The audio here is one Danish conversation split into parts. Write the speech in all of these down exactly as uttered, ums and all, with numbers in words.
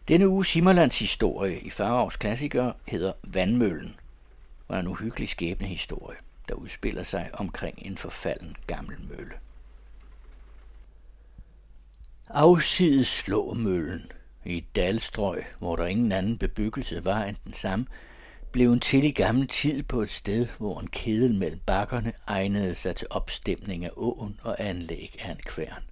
Denne uges Himmerlands historie i Faraos klassikere hedder Vandmøllen, og er en uhyggelig skæbnehistorie, der udspiller sig omkring en forfalden gammel mølle. Afsides slå møllen i et dalstrøg, hvor der ingen anden bebyggelse var end den samme, blev en til i gammel tid på et sted, hvor en kedel mellem bakkerne egnede sig til opstemning af åen og anlæg af en kværn.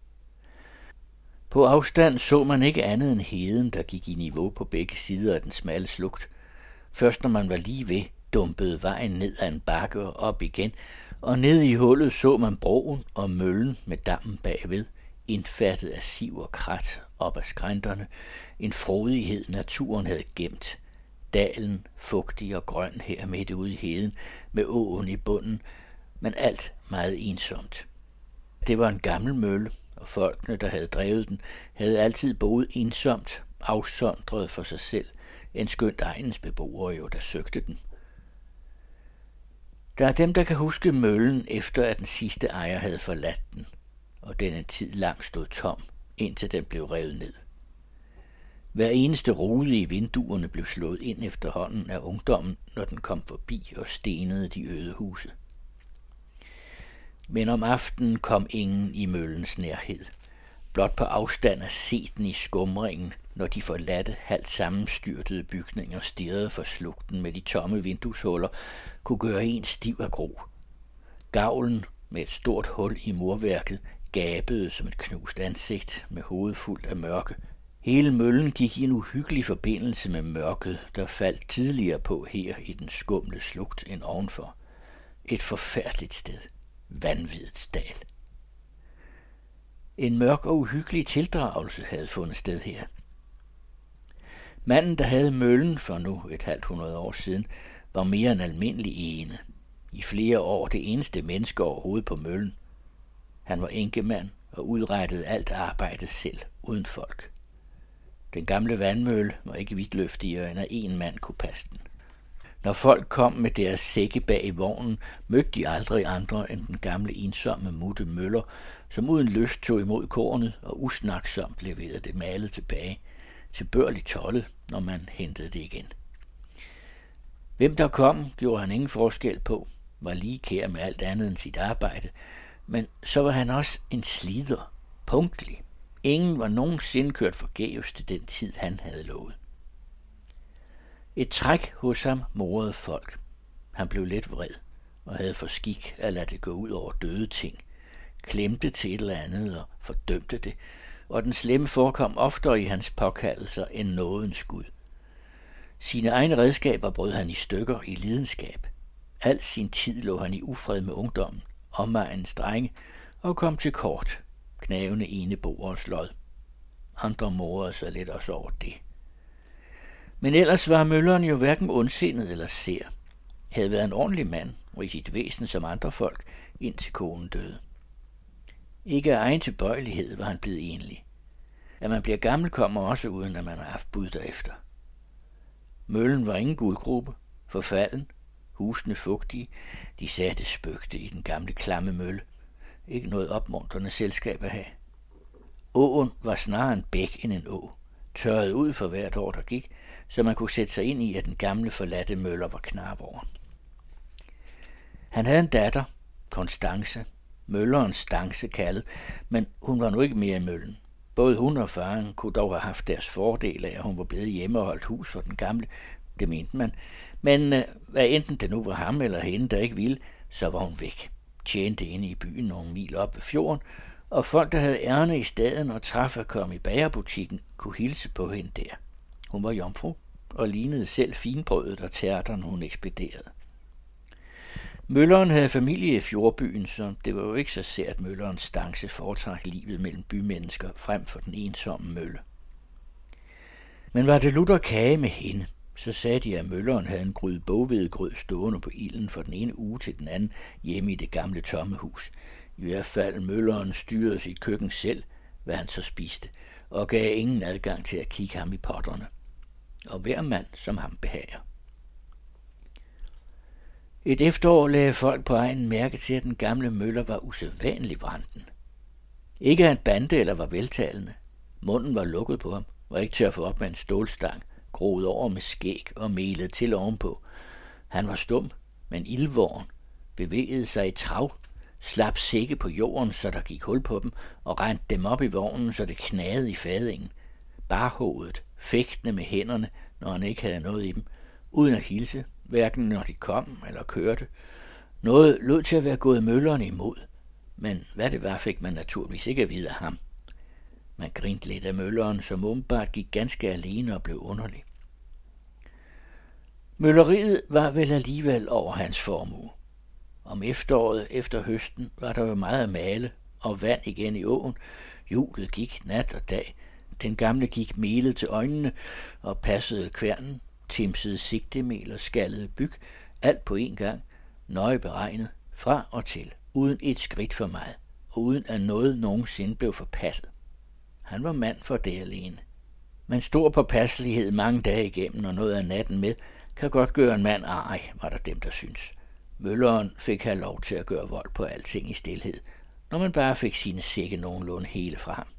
På afstand så man ikke andet end heden, der gik i niveau på begge sider af den smalle slugt. Først når man var lige ved, dumpede vejen ned ad en bakke og op igen, og ned i hullet så man broen og møllen med dammen bagved, indfattet af siv og krat op ad skrænterne, en frodighed naturen havde gemt. Dalen, fugtig og grøn her midt ude i heden, med åen i bunden, men alt meget ensomt. Det var en gammel mølle, og folkene, der havde drevet den, havde altid boet ensomt, afsondret for sig selv, en skønt egnens beboere jo, der søgte den. Der er dem, der kan huske møllen, efter at den sidste ejer havde forladt den, og den en tid lang stod tom, indtil den blev revet ned. Hver eneste rude i vinduerne blev slået ind efterhånden af ungdommen, når den kom forbi og stenede de øde huse. Men om aftenen kom ingen i møllens nærhed. Blot på afstand at se den i skumringen, når de forladte, halvt sammenstyrtede bygninger stirrede for slugten med de tomme vindueshuller, kunne gøre en stiv af gro. Gavlen med et stort hul i murværket gabede som et knust ansigt med hovedet fuldt af mørke. Hele møllen gik i en uhyggelig forbindelse med mørket, der faldt tidligere på her i den skumle slugt end ovenfor. Et forfærdeligt sted. Vanvidets dal. En mørk og uhyggelig tildragelse havde fundet sted her. Manden, der havde møllen for nu et halvt hundrede år siden, var mere end almindelig ene. I flere år det eneste menneske overhovedet på møllen. Han var enkemand og udrettede alt arbejdet selv, uden folk. Den gamle vandmølle var ikke vidtløftigere, end at en mand kunne passe den. Når folk kom med deres sække bag i vognen, mødte de aldrig andre end den gamle ensomme mutte møller, som uden lyst tog imod kornet og usnaksomt leverede det malet tilbage, tilbørligt tollet, når man hentede det igen. Hvem der kom, gjorde han ingen forskel på, var lige kær med alt andet end sit arbejde, men så var han også en slider, punktlig. Ingen var nogensinde kørt forgæves til den tid, han havde lovet. Et træk hos ham morede folk. Han blev lidt vred og havde for skik at lade det gå ud over døde ting, klemte til et eller andet og fordømte det, og den slemme forekom oftere i hans påkaldelser end nådens skud. Sine egne redskaber brød han i stykker i lidenskab. Al sin tid lå han i ufred med ungdommen, omegnens drenge, og kom til kort, knævende eneboer og sløjd. Andre morede sig lidt også over det. Men ellers var mølleren jo hverken ondsindet eller ser. Havde været en ordentlig mand, og i sit væsen som andre folk, indtil konen døde. Ikke af egen tilbøjelighed var han blevet enlig. At man bliver gammel kommer også uden, at man har haft bud derefter. Møllen var ingen guldgruppe, forfalden, husene fugtige, de sagde det spøgte i den gamle klamme mølle. Ikke noget opmuntrende selskab at have. Åen var snarere en bæk end en å, tørret ud for hvert år, der gik, så man kunne sætte sig ind i, at den gamle forladte møller var knarvåren. Han havde en datter, Konstance, møllerens Stance kaldet, men hun var nu ikke mere i møllen. Både hun og faren kunne dog have haft deres fordel af, at hun var blevet hjemme og holdt hus for den gamle, det mente man. Men øh, hvad enten det nu var ham eller hende, der ikke ville, så var hun væk. Tjente inde i byen nogle mil op ved fjorden, og folk, der havde ærne i staden og traf at komme i bagerbutikken, kunne hilse på hende der. Hun var jomfru og lignede selv finbrødet og tærterne, hun ekspederede. Mølleren havde familie i fjordbyen, så det var jo ikke så sært møllerens Stance foretrak livet mellem bymennesker frem for den ensomme mølle. Men var det lutter kage med hende, så sagde de, at mølleren havde en gryde bogvedgrød stående på ilden for den ene uge til den anden hjemme i det gamle tomme hus. I hvert fald mølleren styrede sit køkken selv, hvad han så spiste, og gav ingen adgang til at kigge ham i potterne. Og hver mand som ham behager. Et efterår lagde folk på egen mærke til, at den gamle møller var usædvanlig vranden. Ikke at han bande eller var veltalende. Munden var lukket på ham, var ikke til at få op med en stålstang, groet over med skæg og melet til ovenpå. Han var stum, men ildvåren, bevægede sig i trav, slap sække på jorden, så der gik hul på dem, og rendte dem op i vognen, så det knagede i fadingen. Barhovedet, fægtende med hænderne, når han ikke havde noget i dem, uden at hilse, hverken når de kom eller kørte. Noget lød til at være gået møllerne imod, men hvad det var, fik man naturligvis ikke at vide af ham. Man grinte lidt af mølleren, som åbenbart gik ganske alene og blev underlig. Mølleriet var vel alligevel over hans formue. Om efteråret efter høsten var der jo meget at male, og vand igen i åen. Hjulet gik nat og dag. Den gamle gik melet til øjnene og passede kværnen, timsede sigtemel og skallede byg, alt på en gang, nøje beregnet, fra og til, uden et skridt for meget, og uden at noget nogensinde blev forpasset. Han var mand for det alene. Men stor påpasselighed mange dage igennem og noget af natten med, kan godt gøre en mand arg, var der dem, der synes. Mølleren fik have lov til at gøre vold på alting i stilhed, når man bare fik sine sække nogenlunde hele fra ham.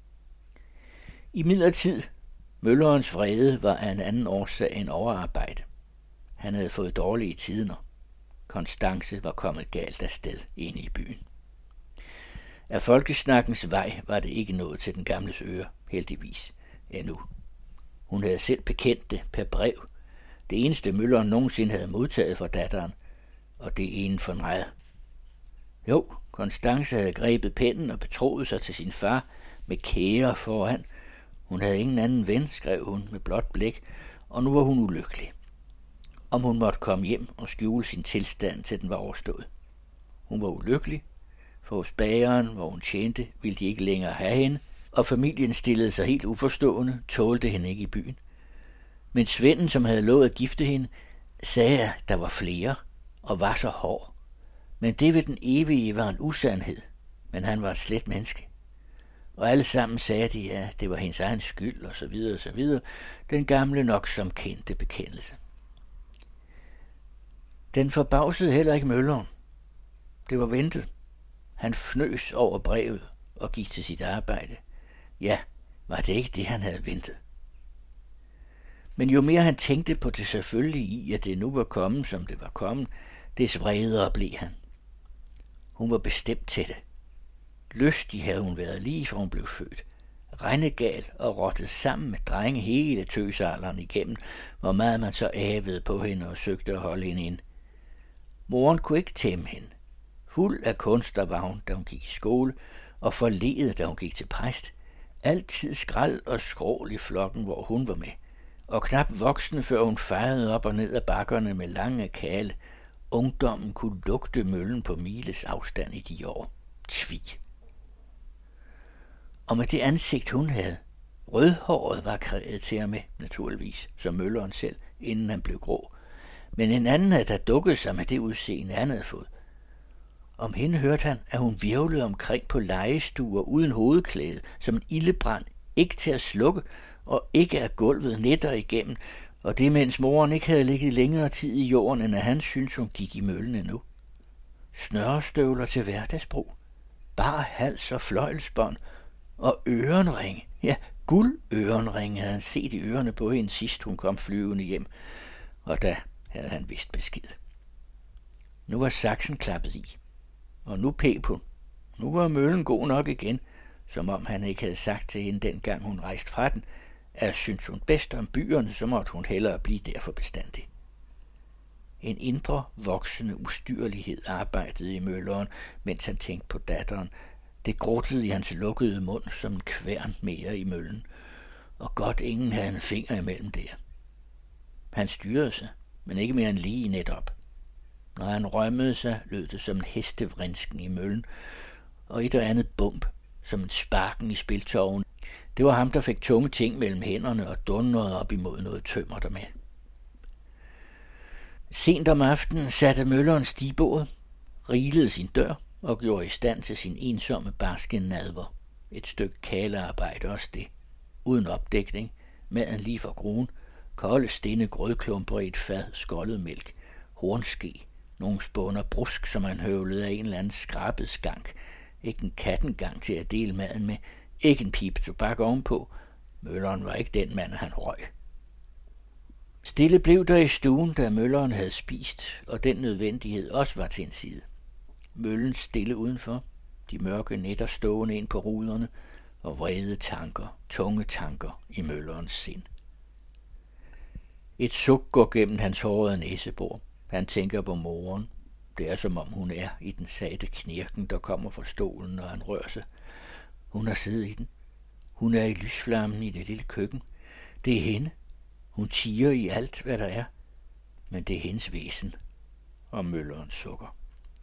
I midlertid, møllerens vrede var af en anden årsag end overarbejde. Han havde fået dårlige tider. Konstance var kommet galt af sted inde i byen. Af folkesnakkens vej var det ikke nået til den gamles øre, heldigvis, endnu. Hun havde selv bekendt det per brev. Det eneste mølleren nogensinde havde modtaget fra datteren, og det ene for meget. Jo, Konstance havde grebet pennen og betroet sig til sin far med kære foran. Hun havde ingen anden ven, skrev hun med blåt blik, og nu var hun ulykkelig. Om hun måtte komme hjem og skjule sin tilstand, til den var overstået. Hun var ulykkelig, for hos bageren, hvor hun tjente, ville de ikke længere have hende, og familien stillede sig helt uforstående, tålte hende ikke i byen. Men Svenden, som havde lovet at gifte hende, sagde, at der var flere, og var så hård. Men det ved den evige var en usandhed, men han var et slet menneske. Og alle sammen sagde de, at det var hendes egen skyld, og så videre og så videre, den gamle nok som kendte bekendelse. Den forbavsede heller ikke mølleren. Det var ventet. Han fnøs over brevet og gik til sit arbejde. Ja, var det ikke det, han havde ventet? Men jo mere han tænkte på det selvfølgelige i, at det nu var kommet, som det var kommet, des vredere blev han. Hun var bestemt til det. Lystig havde hun været lige fra hun blev født. Rendegal og rottet sammen med drenge hele tøsalderen igennem, hvor meget man så avede på hende og søgte at holde hende ind. Moren kunne ikke tæmme hende. Fuld af kunster var hun, da hun gik i skole, og forledet, da hun gik til præst. Altid skrald og skrål i flokken, hvor hun var med, og knap voksen, før hun fejrede op og ned ad bakkerne med lange kale. Ungdommen kunne lugte møllen på miles afstand i de år. Tvi. Og med det ansigt, hun havde, rødhåret var krævet til ham med, naturligvis, som mølleren selv, inden han blev grå. Men en anden havde da dukket sig med det udseende, han havde fået. Om hende hørte han, at hun virvlede omkring på legestuer uden hovedklæde, som en ildebrand, ikke til at slukke, og ikke af gulvet netter igennem, og det mens moren ikke havde ligget længere tid i jorden, end at han syntes, hun gik i møllen endnu. Snørestøvler til hverdagsbrug, bare hals og fløjlsbånd, og ørenringe, ja, guldørenringe havde han set i ørerne på hende sidst, hun kom flyvende hjem, og da havde han vist besked. Nu var saksen klappet i, og nu pep hun. Nu var møllen god nok igen, som om han ikke havde sagt til hende, dengang hun rejste fra den, at synes hun bedst om byerne, så måtte hun hellere blive der for bestandig. En indre, voksende ustyrlighed arbejdede i mølleren, mens han tænkte på datteren. Det gruttede i hans lukkede mund som en kværn mere i møllen, og godt ingen havde en finger imellem der. Han styrede sig, men ikke mere end lige netop. Når han rømmede sig, lød det som en hestevrinsken i møllen, og et og andet bump, som en sparken i spiltoven. Det var ham, der fik tunge ting mellem hænderne og dundrede op imod noget tømmer der med. Sent om aftenen satte mølleren stigebordet, rilede sin dør og gjorde i stand til sin ensomme barske nadver. Et stykke kalearbejde også det, uden opdækning, maden lige for gruen, kolde stinde grødklumper i et fad skoldet mælk, hornske, nogle spåner brusk, som han høvlede af en eller anden skrabet skank, ikke en kattengang til at dele maden med, ikke en pibe tobak ovenpå, Mølleren var ikke den mand, han røg. Stille blev der i stuen, da mølleren havde spist, og den nødvendighed også var til en side. Møllen stille udenfor, de mørke nætter stående ind på ruderne, og vrede tanker, tunge tanker i møllerens sind. Et suk går gennem hans hårede næsebor. Han tænker på moren. Det er som om hun er i den satte knirken, der kommer fra stolen, når han rører sig. Hun har siddet i den. Hun er i lysflammen i det lille køkken. Det er hende. Hun tiger i alt, hvad der er. Men det er hendes væsen. Og mølleren sukker.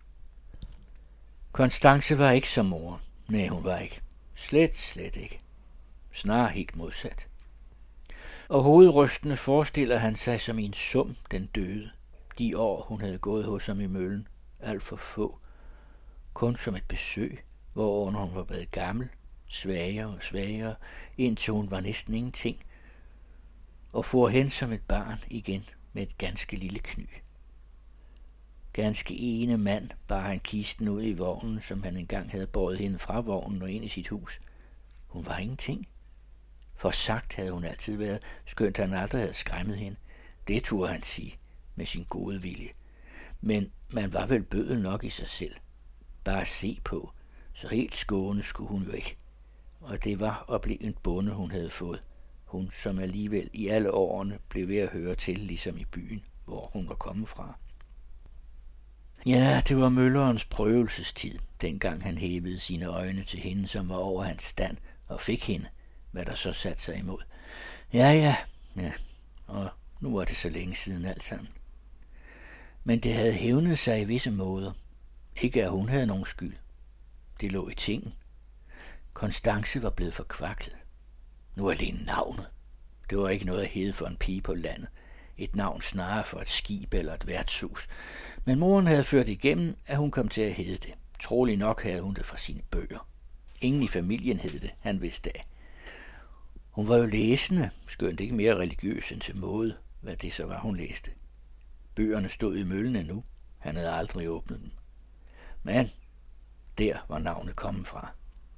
Konstance var ikke som moren. Nej, hun var ikke. Slet, slet ikke. Snarere helt modsat. Og hovedrystende forestiller han sig som i en sum den døde. De år, hun havde gået hos ham i møllen. Alt for få. Kun som et besøg, hvorunder hun var blevet gammel. Svagere og svagere, indtil hun var næsten ingenting. Og for hen som et barn igen med et ganske lille kny. Ganske ene mand bar han kisten ud i vognen, som han engang havde båret hende fra vognen og ind i sit hus. Hun var ingenting. For sagt havde hun altid været, skønt han aldrig havde skræmmet hende. Det turde han sige med sin gode vilje. Men man var vel bødel nok i sig selv. Bare se på, så helt skåne skulle hun jo ikke. Og det var og blev en bonde, hun havde fået. Hun, som alligevel i alle årene blev ved at høre til, ligesom i byen, hvor hun var kommet fra. Ja, det var møllerens prøvelsestid, dengang han hævede sine øjne til hende, som var over hans stand, og fik hende, hvad der så satte sig imod. Ja, ja, ja, og nu var det så længe siden alt sammen. Men det havde hævnet sig i visse måder. Ikke at hun havde nogen skyld. Det lå i tingen. Konstance var blevet forkvaklet. Nu alene navnet. Det var ikke noget at hedde for en pige på landet. Et navn snarere for et skib eller et værtshus. Men moren havde ført igennem, at hun kom til at hedde det. Trolig nok havde hun det fra sine bøger. Ingen i familien hed det, han vidste af. Hun var jo læsende, skønt ikke mere religiøs end til måde, hvad det så var, hun læste. Bøgerne stod i møllen endnu. Han havde aldrig åbnet dem. Men der var navnet kommet fra.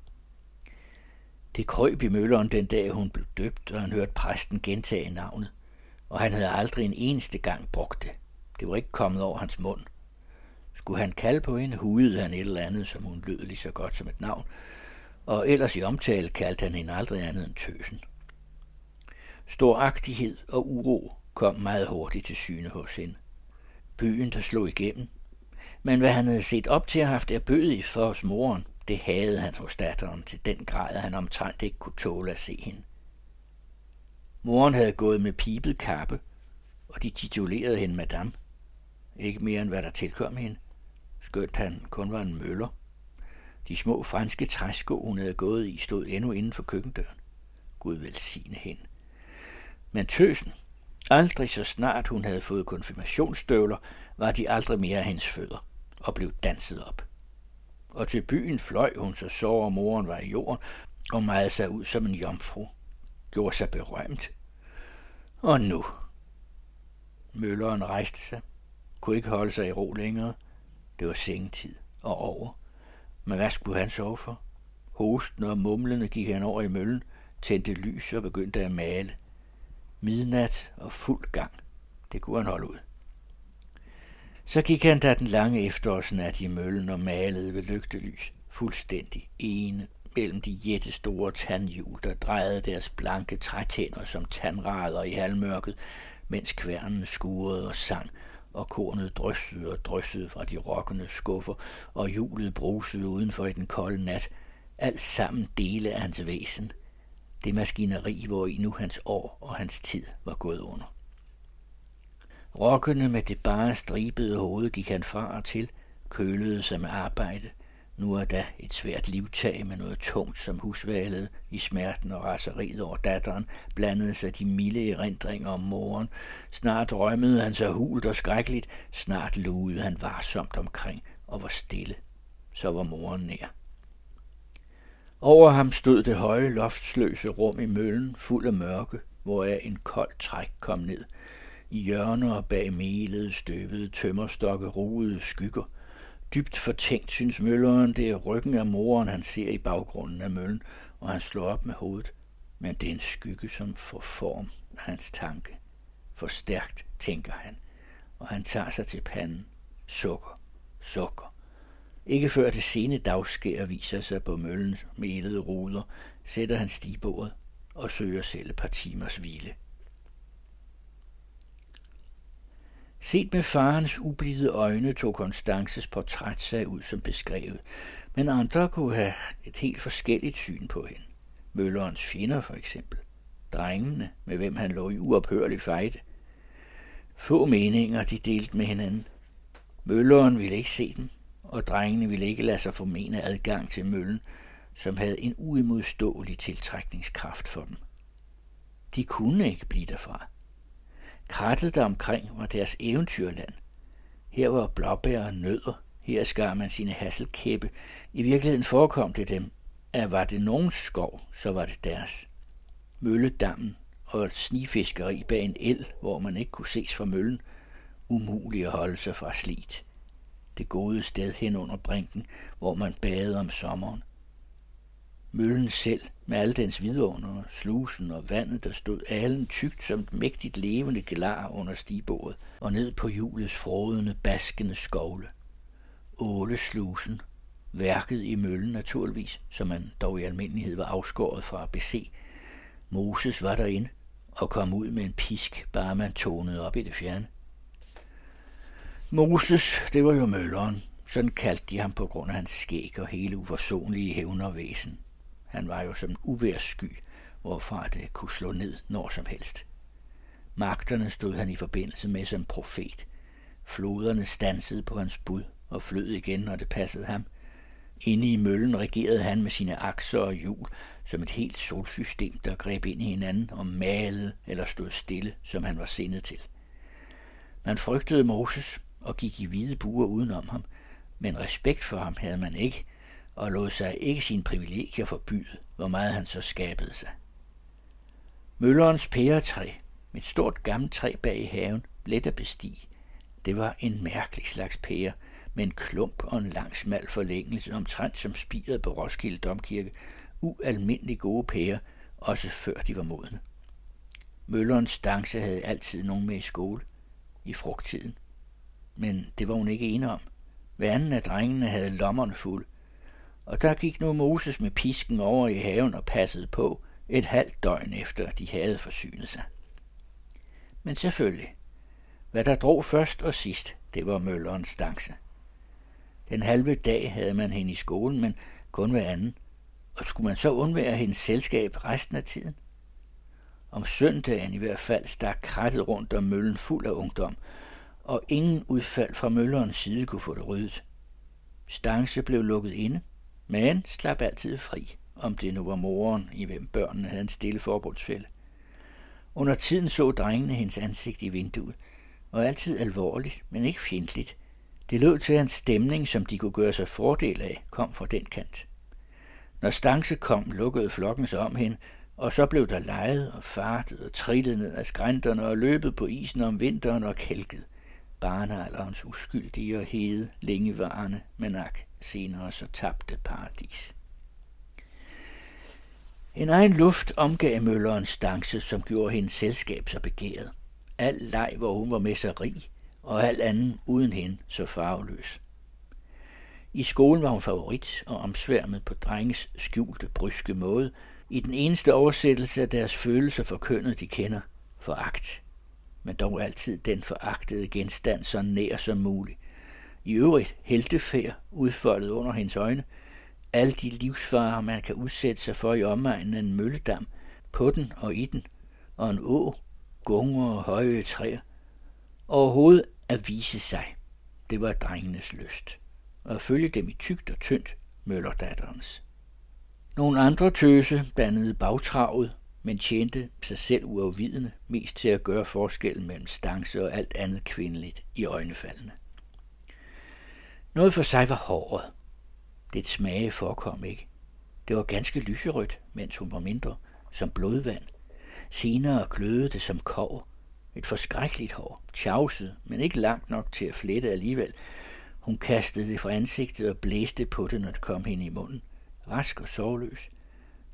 Det krøb i mølleren den dag, hun blev døbt, og han hørte præsten gentage navnet. Og han havde aldrig en eneste gang brugt det. Det var ikke kommet over hans mund. Skulle han kalde på hende, hudede han et eller andet, som hun lød lige så godt som et navn, og ellers i omtale kaldte han hende aldrig andet end tøsen. Storagtighed og uro kom meget hurtigt til syne hos hende. Byen, der slog igennem. Men hvad han havde set op til at have haft erbødigt for hos moren, det havde han hos datteren til den grad, at han omtrent ikke kunne tåle at se hende. Moren havde gået med pibet kappe, og de titulerede hende madame. Ikke mere end hvad der tilkom hende, skønt han kun var en møller. De små franske træsko, hun havde gået i, stod endnu inden for køkkendøren. Gud velsigne hende. Men tøsen, aldrig så snart hun havde fået konfirmationsstøvler, var de aldrig mere af hendes fødder og blev danset op. Og til byen fløj hun, så sår og moren var i jorden, og majede sig ud som en jomfru. Gjorde sig berømt. Og nu. Mølleren rejste sig. Kunne ikke holde sig i ro længere. Det var sengetid og over. Men hvad skulle han sove for? Hosten og mumlende gik han over i møllen, tændte lys og begyndte at male. Midnat og fuld gang. Det kunne han holde ud. Så gik han da den lange efterårsnat i møllen og malede ved lygtelys, fuldstændig ene mellem de jættestore tandhjul, der drejede deres blanke trætænder som tandrader i halvmørket, mens kværnen skurede og sang, og kornet dryssede og dryssede fra de rokkende skuffer, og hjulet brusede udenfor i den kolde nat, alt sammen dele af hans væsen, det maskineri, hvor i nu hans år og hans tid var gået under. Rokkene med det bare stribede hoved gik han fra og til, kølede sig med arbejde. Nu er da et svært livtag med noget tungt som husvalget i smerten og raseriet over datteren, blandede sig de milde erindringer om moren. Snart rømmede han sig hult og skrækkeligt, snart lugede han varsomt omkring og var stille. Så var moren nær. Over ham stod det høje loftsløse rum i møllen, fuld af mørke, hvoraf en kold træk kom ned. I hjørner og bag melede, støvede tømmerstokke ruede skygger. Dybt fortænkt synes mølleren, det er ryggen af moren, han ser i baggrunden af møllen, og han slår op med hovedet. men det er en skygge, som får form af hans tanke. For stærkt, tænker han, og han tager sig til panden. Sukker, sukker. Ikke før det sene dagskær viser sig på møllens melede ruder, sætter han stibordet og søger selv et par timers hvile. Set med farens ublide øjne tog Constances portræt sig ud som beskrevet, men andre kunne have et helt forskelligt syn på hende. Møllerens fjender for eksempel. Drengene, med hvem han lå i uophørlig fejde. Få meninger de delte med hinanden. Mølleren ville ikke se dem, og drengene ville ikke lade sig formene adgang til møllen, som havde en uimodståelig tiltrækningskraft for dem. De kunne ikke blive derfra. Krattet der omkring var deres eventyrland. Her var blåbær og nødder, her skar man sine hasselkæppe. I virkeligheden forekom det dem, at var det nogens skov, så var det deres. Mølledammen og et snifiskeri bag en el, hvor man ikke kunne ses fra møllen, umuligt at holde sig fra slidt. Det gode sted hen under brinken, hvor man badede om sommeren. Møllen selv, med alle dens vidunder, slusen og vandet, der stod alen tykt som et mægtigt levende gelar under stibordet, og ned på hjulets frådende, baskende skovle. Åleslusen, værket i møllen naturligvis, som man dog i almindelighed var afskåret fra at bese. Moses var derinde og kom ud med en pisk, bare man tonede op i det fjerne. Moses, det var jo mølleren. Sådan kaldte de ham på grund af hans skæg og hele uforsonlige hævnervæsen. Han var jo som en uvejrssky, hvorfra det kunne slå ned når som helst. Magterne stod han i forbindelse med som profet. Floderne stansede på hans bud og flød igen, når det passede ham. Inde i møllen regerede han med sine akser og hjul som et helt solsystem, der greb ind i hinanden og malede eller stod stille, som han var sindet til. Man frygtede Moses og gik i hvide buer udenom ham, men respekt for ham havde man ikke, og lod sig ikke sine privilegier forbyde, hvor meget han så skabede sig. Møllerens pæretræ, med et stort gammelt træ bag i haven, let at bestige. Det var en mærkelig slags pære, med en klump og en lang smal forlængelse, omtrent som spiret på Roskilde Domkirke, ualmindelig gode pærer, også før de var modne. Møllerens stance havde altid nogen med i skole, i frugttiden. Men det var hun ikke ene om. Hver anden af drengene havde lommerne fulde, og der gik nu Moses med pisken over i haven og passede på et halvt døgn efter, de havde forsynet sig. Men selvfølgelig, hvad der drog først og sidst, det var møllerens stance. Den halve dag havde man hende i skolen, men kun hver anden, og skulle man så undvære hendes selskab resten af tiden? Om søndagen i hvert fald stak krattet rundt om møllen fuld af ungdom, og ingen udfald fra møllerens side kunne få det ryddet. Stance blev lukket inde, men slap altid fri, om det nu var moren, i hvem børnene havde en stille forbundsfælde. Under tiden så drengene hendes ansigt i vinduet, og altid alvorligt, men ikke fjendtligt. Det lød til en stemning, som de kunne gøre sig fordel af, kom fra den kant. Når Stance kom, lukkede flokken sig om hende, og så blev der leget og fartet og trillet ned ad skrænterne og løbet på isen om vinteren og kælket. Barnealderens uskyldige og hede, længevarende, men ak, senere så tabte paradis. En egen luft omgav møllerens Stance, som gjorde hendes selskab så begæret. Al leg, hvor hun var med så rig, og al anden uden hende så farveløs. I skolen var hun favorit og omsværmet på drenges skjulte, bryske måde, i den eneste oversættelse af deres følelser forkønnet de kender, foragt. Men dog altid den foragtede genstand så nær som muligt. I øvrigt heltefærd udfoldet under hendes øjne, alle de livsfarer, man kan udsætte sig for i omegnen af en mølledam, på den og i den, og en å, gunger og høje træer. Overhovedet at vise sig, det var drengenes lyst, og at følge dem i tykt og tyndt, møllerdatterens. Nogle andre tøse dannede bagtravet, men tjente sig selv uafvidende mest til at gøre forskellen mellem Stance og alt andet kvindeligt i øjnefaldene. Noget for sig var håret. Det smage forekom ikke. Det var ganske lyserødt, mens hun var mindre, som blodvand. Senere glødede det som kobber. Et forskrækkeligt hår, tjavset, men ikke langt nok til at flette alligevel. Hun kastede det fra ansigtet og blæste på det, når det kom hende i munden. Rask og sorgløs.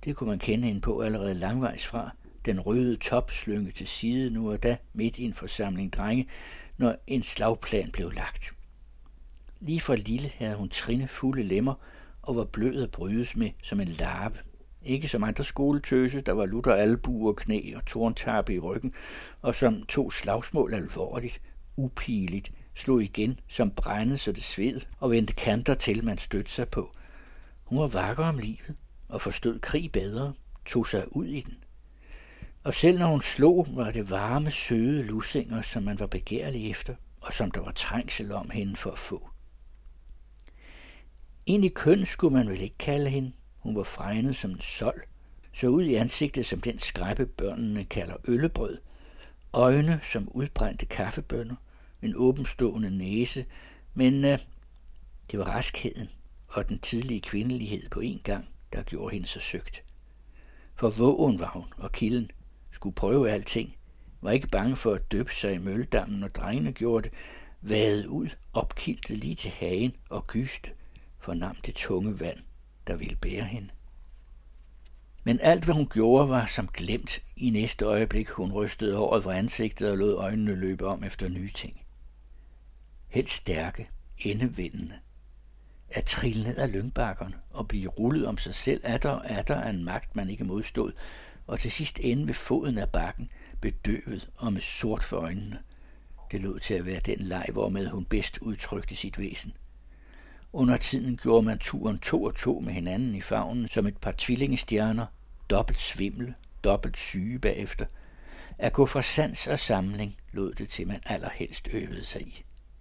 Det kunne man kende hende på allerede langvejs fra. Den røde top slynge til side nu og da midt i en forsamling drenge, når en slagplan blev lagt. Lige fra lille havde hun trinde fulde lemmer og var blød at brydes med som en larve. Ikke som andre skoletøse, der var lutter albuer, knæ og torntappe i ryggen, og som tog slagsmål alvorligt, upigeligt, slog igen som brændede så det sved og vendte kanter til, man stødte sig på. Hun var vakker om livet og forstod krig bedre, tog sig ud i den. Og selv når hun slog, var det varme, søde lussinger, som man var begærlig efter, og som der var trængsel om hende for at få. Egentlig køn skulle man vel ikke kalde hende. Hun var fregnet som en sold, så ud i ansigtet som den skræppe børnene kalder øllebrød, øjne som udbrændte kaffebønner, en åbenstående næse, men uh, det var raskheden og den tidlige kvindelighed på en gang, der gjorde hende så søgt. For vågen var hun, og kilden skulle prøve alting, var ikke bange for at døbe sig i mølledammen, når drengene gjorde det, vadede ud, opkildte lige til hagen og gyste, fornam det tunge vand, der ville bære hende. Men alt, hvad hun gjorde, var som glemt. I næste øjeblik hun rystede håret fra ansigtet og lod øjnene løbe om efter nye ting. Helt stærke, endevindende. At trille ned ad lyngbakkerne og blive rullet om sig selv atter og atter af en magt, man ikke modstod, og til sidst ende ved foden af bakken, bedøvet og med sort for øjnene. Det lod til at være den leg, hvormed hun bedst udtrykte sit væsen. Under tiden gjorde man turen to og to med hinanden i favnen som et par tvillingestjerner, dobbelt svimle, dobbelt syge bagefter. At gå fra sans og samling lod det til, man allerhelst øvede sig i.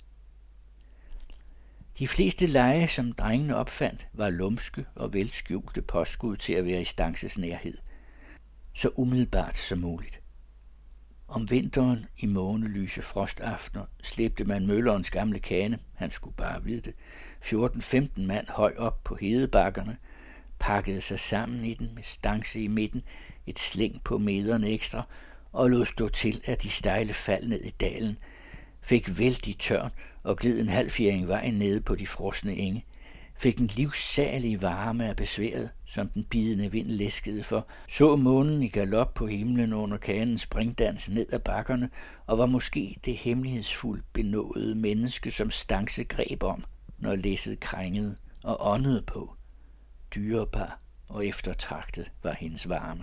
De fleste lege, som drengene opfandt, var lumske og velskjulte påskud til at være i stances nærhed, så umiddelbart som muligt. Om vinteren i månelyse frostaftener slæbte man møllerens gamle kane, han skulle bare vide det, fjorten femten mand høj op på hedebakkerne, pakkede sig sammen i den med stance i midten, et slæng på meterne ekstra, og lod stå til, at de stejle fald ned i dalen, fik vældig tørn og gled en halv fjering vej nede på de frosne enge, fik en livssalig varme af besværet, som den bidende vind læskede for, så månen i galop på himlen under kanens springdans ned ad bakkerne, og var måske det hemmelighedsfuldt benådede menneske, som Stangse greb om, når læsset krængede og åndede på. Dyrebar og eftertragtet var hendes varme.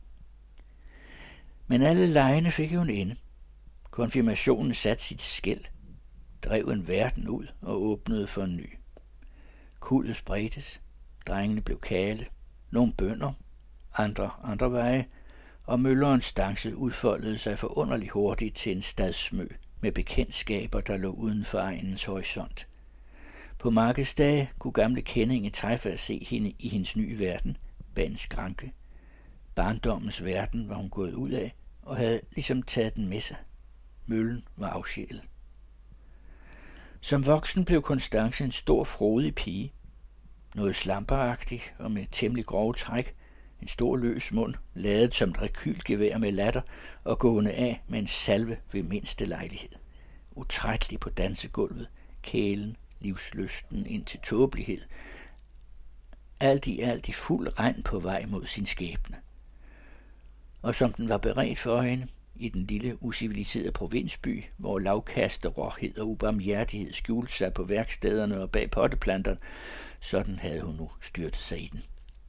Men alle legene fik jo en ende. Konfirmationen satte sit skæld, drev en verden ud og åbnede for en ny. Kuldet spredtes, drengene blev kale, nogle bønder, andre andre veje, og møllerens Stangse udfoldede sig forunderligt hurtigt til en stadsmø med bekendtskaber, der lå uden for egnens horisont. På markedsdage kunne gamle kendinge træffe at se hende i hendes nye verden, bag en skranke. Barndommens verden var hun gået ud af, og havde ligesom taget den med sig. Møllen var afsjælet. Som voksen blev Constance en stor, frodig pige. Noget slamperagtig og med temmelig grove træk, en stor løs mund, ladet som et rekylgevær med latter og gående af med en salve ved mindste lejlighed. Utrættelig på dansegulvet, kælen, livslysten ind til tåbelighed. Alt i alt i fuld regn på vej mod sin skæbne. Og som den var beredt for hende, i den lille, usiviliserede provinsby, hvor lavkaste, råhed og ubarmhjertighed skjulte sig på værkstederne og bag potteplanterne, sådan havde hun nu styrtet sig i den.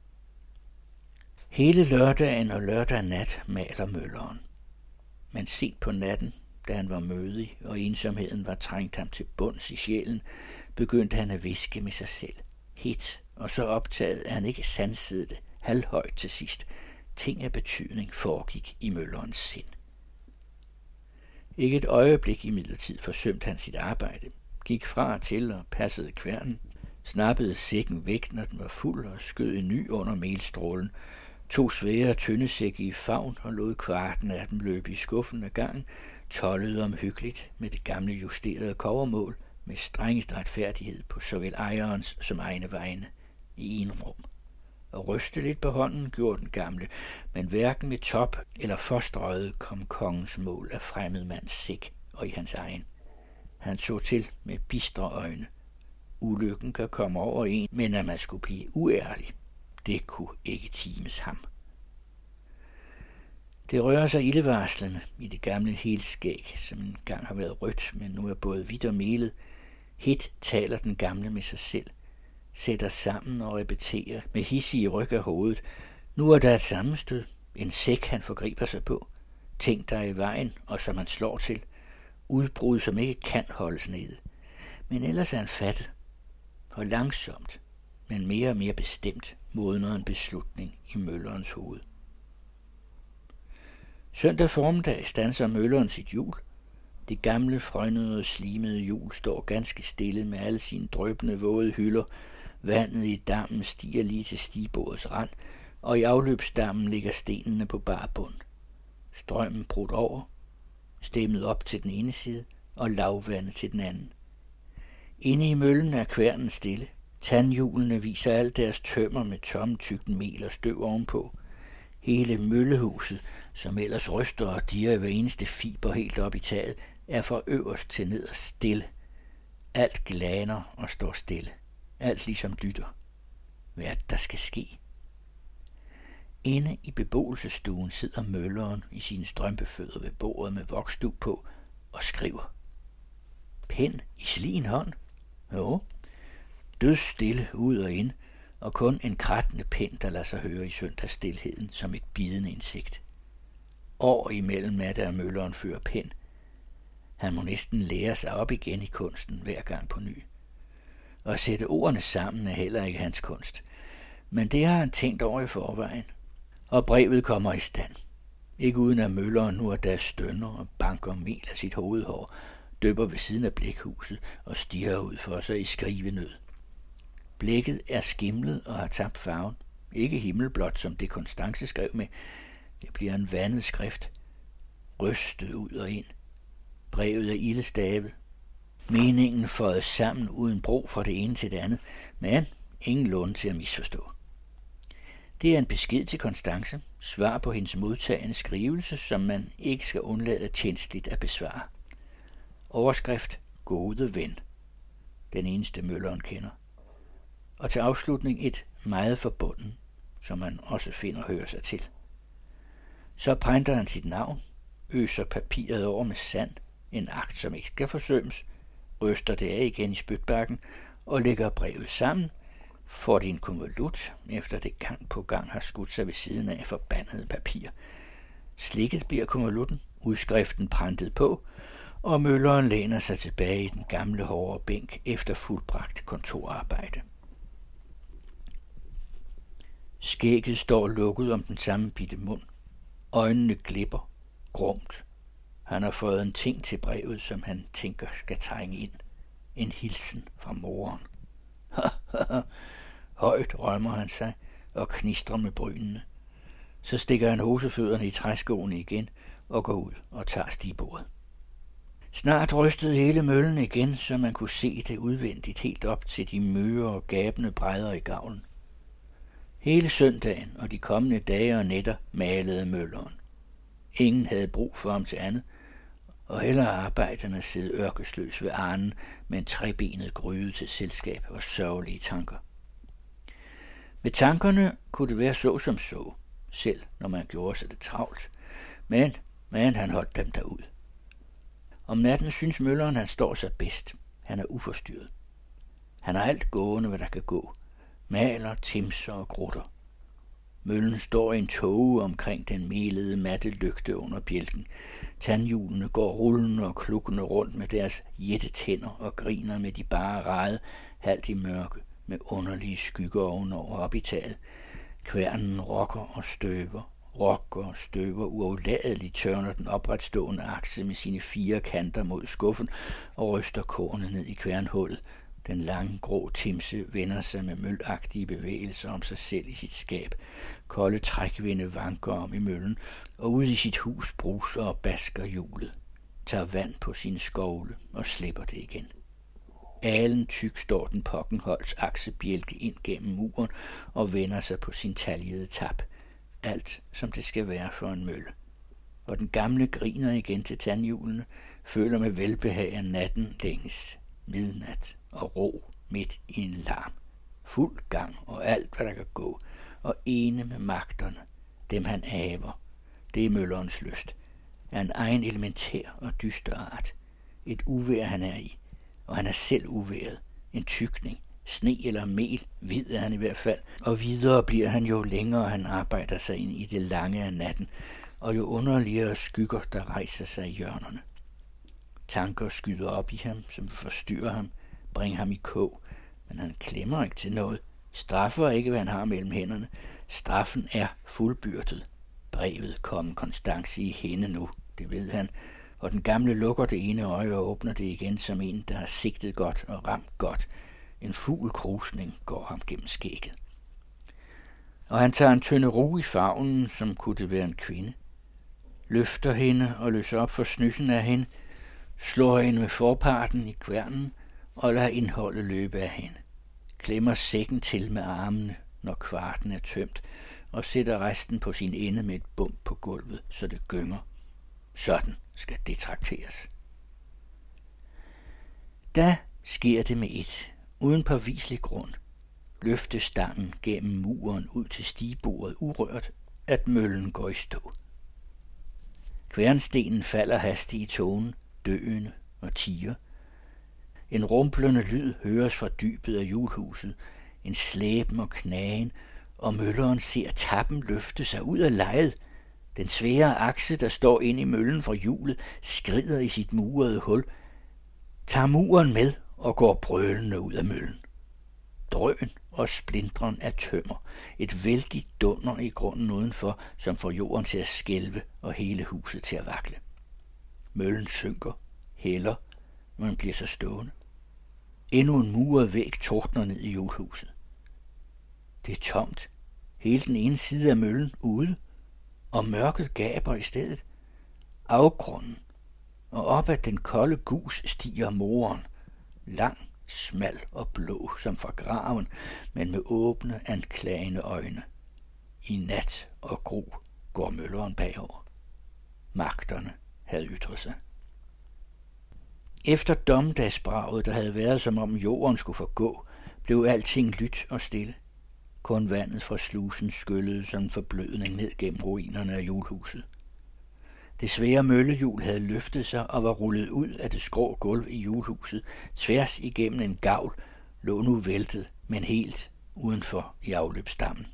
Hele lørdagen og lørdag nat maler mølleren. Men set på natten, da han var mødig og ensomheden var trængt ham til bunds i sjælen, begyndte han at viske med sig selv. Hit, og så optaget, at han ikke sansede det, halvhøjt til sidst. Ting af betydning foregik i møllerens sind. Ikke et øjeblik imidlertid forsømte han sit arbejde, gik fra og til og passede kværnen, snappede sækken væk, når den var fuld, og skød en ny under melstrålen, tog svære tyndesække i favn og lod kvarten af dem løbe i skuffen af gangen, tollede omhyggeligt med det gamle justerede kobbermål med strengest retfærdighed på såvel ejerens som egne vegne i en rum. Og ryste lidt på hånden gjorde den gamle, men hverken med top eller forstrøget kom kongens mål af fremmed mands sæk og i hans egen. Han så til med bistre øjne. Ulykken kan komme over en, men at man skulle blive uærlig, det kunne ikke times ham. Det rører sig ildevarslende i det gamle helskæg, som engang har været rødt, men nu er både hvidt og melet. Hit taler den gamle med sig selv, sætter sammen og repeterer med hissige ryg af hovedet. Nu er der et sammenstød, en sæk han forgriber sig på, ting der er i vejen og som han slår til, udbrud som ikke kan holdes nede. Men ellers er han fattet, og langsomt, men mere og mere bestemt modner en beslutning i møllerens hoved. Søndag formiddag standser mølleren sit hjul. Det gamle, frønede og slimede hjul står ganske stille med alle sine drøbende, våde hylder. Vandet i dammen stiger lige til stigbordets rand, og i afløbsdammen ligger stenene på bar bund. Strømmen brudt over, stemmet op til den ene side og lavvandet til den anden. Inde i møllen er kværnen stille. Tandhjulene viser alt deres tømmer med tomme tygten mel og støv ovenpå. Hele møllehuset, som ellers ryster og dirrer hver eneste fiber helt op i taget, er fra øverst til nederst stille. Alt glaner og står stille. Alt ligesom lytter. Hvad er det, der skal ske? Inde i beboelsesstuen sidder mølleren i sine strømpefødder ved bordet med voksdug på og skriver. Pen i slien hånd? Jo. Dødsstille ud og ind, og kun en krattende pen, der lader sig høre i søndagsstilheden som et bidende insekt. År imellem er der mølleren fører pen. Han må næsten lære sig op igen i kunsten hver gang på ny. Og at sætte ordene sammen er heller ikke hans kunst. Men det har han tænkt over i forvejen. Og brevet kommer i stand. Ikke uden at mølleren nu er der stønner og banker mel af sit hovedhår, døber ved siden af blækhuset og stiger ud for sig i skrivenød. Blækket er skimlet og har tabt farven. Ikke himmelblåt, som det Konstance skrev med. Det bliver en vandet skrift. Rystet ud og ind. Brevet er ildestavet. Meningen føjet sammen uden brug fra det ene til det andet, men ingen lån til at misforstå. Det er en besked til Konstance, svar på hendes modtagende skrivelse, som man ikke skal undlade tjenstligt at besvare. Overskrift: Gode ven. Den eneste mølleren kender. Og til afslutning et meget forbunden, som man også finder og hører sig til. Så printer han sit navn, øser papiret over med sand, en akt, som ikke skal forsømmes, ryster det af igen i spytbakken og lægger brevet sammen, får det en konvolut, efter det gang på gang har skudt sig ved siden af forbandede papir. Slikket bliver konvolutten, udskriften printet på, og mølleren læner sig tilbage i den gamle hårde bænk efter fuldbragt kontorarbejde. Skægget står lukket om den samme bitte mund. Øjnene glipper, grumt. Han har fået en ting til brevet, som han tænker skal trænge ind. En hilsen fra moren. Højt rømmer han sig og knistrer med brynene. Så stikker han hosefødderne i træskoene igen og går ud og tager stigebordet. Snart rystede hele møllen igen, så man kunne se det udvendigt helt op til de møre og gabende brædder i gavlen. Hele søndagen og de kommende dage og nætter malede mølleren. Ingen havde brug for ham til andet, og heller arbejderne sidde ørkesløs ved arnen med en trebenet gryde til selskab og sørgelige tanker. Med tankerne kunne det være så som så, selv når man gjorde sig det travlt, men, men han holdt dem derud. Om natten synes mølleren, han står sig bedst. Han er uforstyrret. Han har alt gående, hvad der kan gå. Maler, timser og grutter. Møllen står i en tåge omkring den melede matte lygte under bjælken. Tandhjulene går rullende og klukkende rundt med deres jættetænder og griner med de bare rade, halvt i mørke, med underlige skygger ovenover op i taget. Kværnen rokker og støver, rokker og støver, uafladeligt tørner den opretstående akse med sine fire kanter mod skuffen og ryster kornet ned i kværnhullet. Den lange grå timse vender sig med mølagtige bevægelser om sig selv i sit skab. Kolde trækvinde vanker om i møllen, og ude i sit hus bruser og basker hjulet. Tager vand på sine skovle og slipper det igen. Alen tyk står den pokkenholds aksebjælke ind gennem muren og vender sig på sin taljede tap. Alt som det skal være for en mølle. Og den gamle griner igen til tandhjulene, føler med velbehag af natten længes. Midnat og ro midt i en larm. Fuld gang og alt, hvad der kan gå, og ene med magterne, dem han aver. Det er møllerens lyst. Er en egen elementær og dyster art. Et uvejr han er i, og han er selv uværet. En tykning, sne eller mel, hvid er han i hvert fald, og videre bliver han jo længere han arbejder sig ind i det lange af natten, og jo underligere skygger, der rejser sig i hjørnerne. Tanker skyder op i ham, som forstyrrer ham, bringer ham i kog, men han klemmer ikke til noget, straffer ikke, hvad han har mellem hænderne. Straffen er fuldbyrdet. Brevet kom Konstance i hende nu, det ved han, og den gamle lukker det ene øje og åbner det igen som en, der har sigtet godt og ramt godt. En fugl krusning går ham gennem skægget. Og han tager en tynde ru i favnen, som kunne det være en kvinde. Løfter hende og løser op for snyssen af hende, slår hende med forparten i kværnen og lader indholdet løbe af hende. Klemmer sækken til med armene, når kvarten er tømt, og sætter resten på sin ende med et bump på gulvet, så det gynger. Sådan skal det trakteres. Da sker det med et, uden påviselig grund, løftes stangen gennem muren ud til stigebordet urørt, at møllen går i stå. Kværnstenen falder hastigt i tågen, døende og tiger. En rumplende lyd høres fra dybet af hjulhuset, en slæben og knagen, og mølleren ser tappen løfte sig ud af lejet. Den svære akse, der står inde i møllen fra hjulet, skrider i sit murede hul, tager muren med og går brølende ud af møllen. Drøn og splintren af tømmer, et vældigt dunder i grunden udenfor, som får jorden til at skælve og hele huset til at vakle. Møllen synker, hælder, men bliver så stående. Endnu en muret væg tordner ned i hjulhuset. Det er tomt, hele den ene side af møllen ude, og mørket gaber i stedet. Afgrunden, og op ad den kolde gus stiger moren, lang, smal og blå som fra graven, men med åbne, anklagende øjne. I nat og gru går mølleren bagover. Magterne havde ytret sig. Efter dommedagsbraget, der havde været som om jorden skulle forgå, blev alting lydt og stille. Kun vandet fra slusen skyllede som en forblødning ned gennem ruinerne af hjulhuset. Det svære møllehjul havde løftet sig og var rullet ud af det skrå gulv i hjulhuset, tværs igennem en gavl, lå nu væltet, men helt udenfor i afløbsdammen.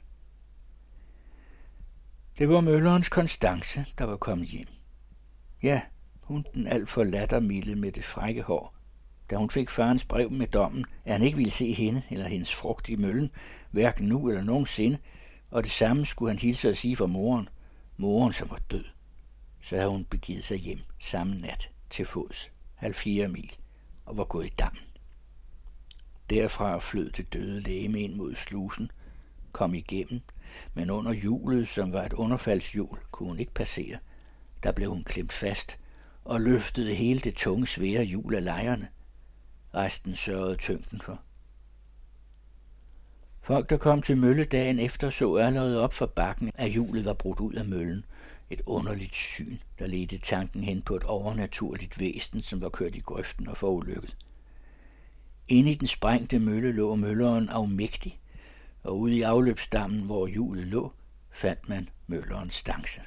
Det var møllerens Konstance, der var kommet hjem. Ja, hun den alt for lattermilde med det frække hår. Da hun fik farens brev med dommen, at han ikke ville se hende eller hendes frugt i møllen, hverken nu eller nogensinde, og det samme skulle han hilse at sige for moren, moren som var død. Så havde hun begivet sig hjem samme nat til fods, halvfjerds mil, og var gået i dammen. Derfra flød det døde legeme ind mod slusen, kom igennem, men under hjulet, som var et underfaldshjul, kunne hun ikke passere. Der blev hun klemt fast og løftede hele det tunge, svære hjul af lejerne. Resten sørgede tyngden for. Folk, der kom til mølledagen efter, så allerede op for bakken, at hjulet var brudt ud af møllen. Et underligt syn, der ledte tanken hen på et overnaturligt væsen, som var kørt i grøften og forulykket. Inde i den sprængte mølle lå mølleren afmægtig, og ude i afløbsdammen, hvor hjulet lå, fandt man møllerens stangse.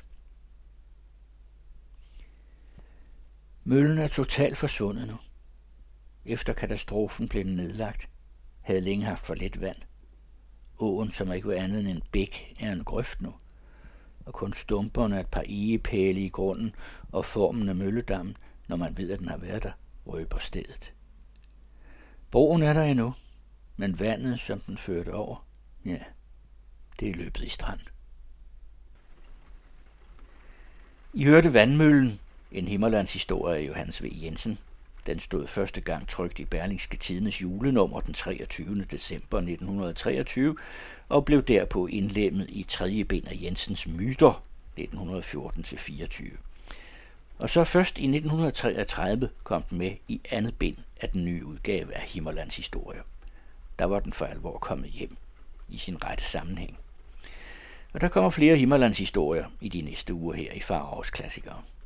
Møllen er totalt forsvundet nu. Efter katastrofen blev den nedlagt, havde længe haft for lidt vand. Åen, som ikke var andet end en bæk, er en grøft nu, og kun stumperne af et par egepæle i grunden og formen af mølledammen, når man ved, at den har været der, røber stedet. Broen er der endnu, men vandet, som den førte over, ja, det er løbet i strand. I hørte Vandmøllen, en Himmerlands historie af Johannes V. Jensen. Den stod første gang trykt i Berlingske Tidendes julenummer den treogtyvende december nitten treogtyve og blev derpå indlemmet i tredje bind af Jensens Myter nitten fjorten til fireogtyve. Og så først i nitten treogtredive kom den med i andet bind af den nye udgave af Himmerlands historie. Der var den for alvor kommet hjem i sin rette sammenhæng. Og der kommer flere Himmerlands historier i de næste uger her i Faraos Klassikere.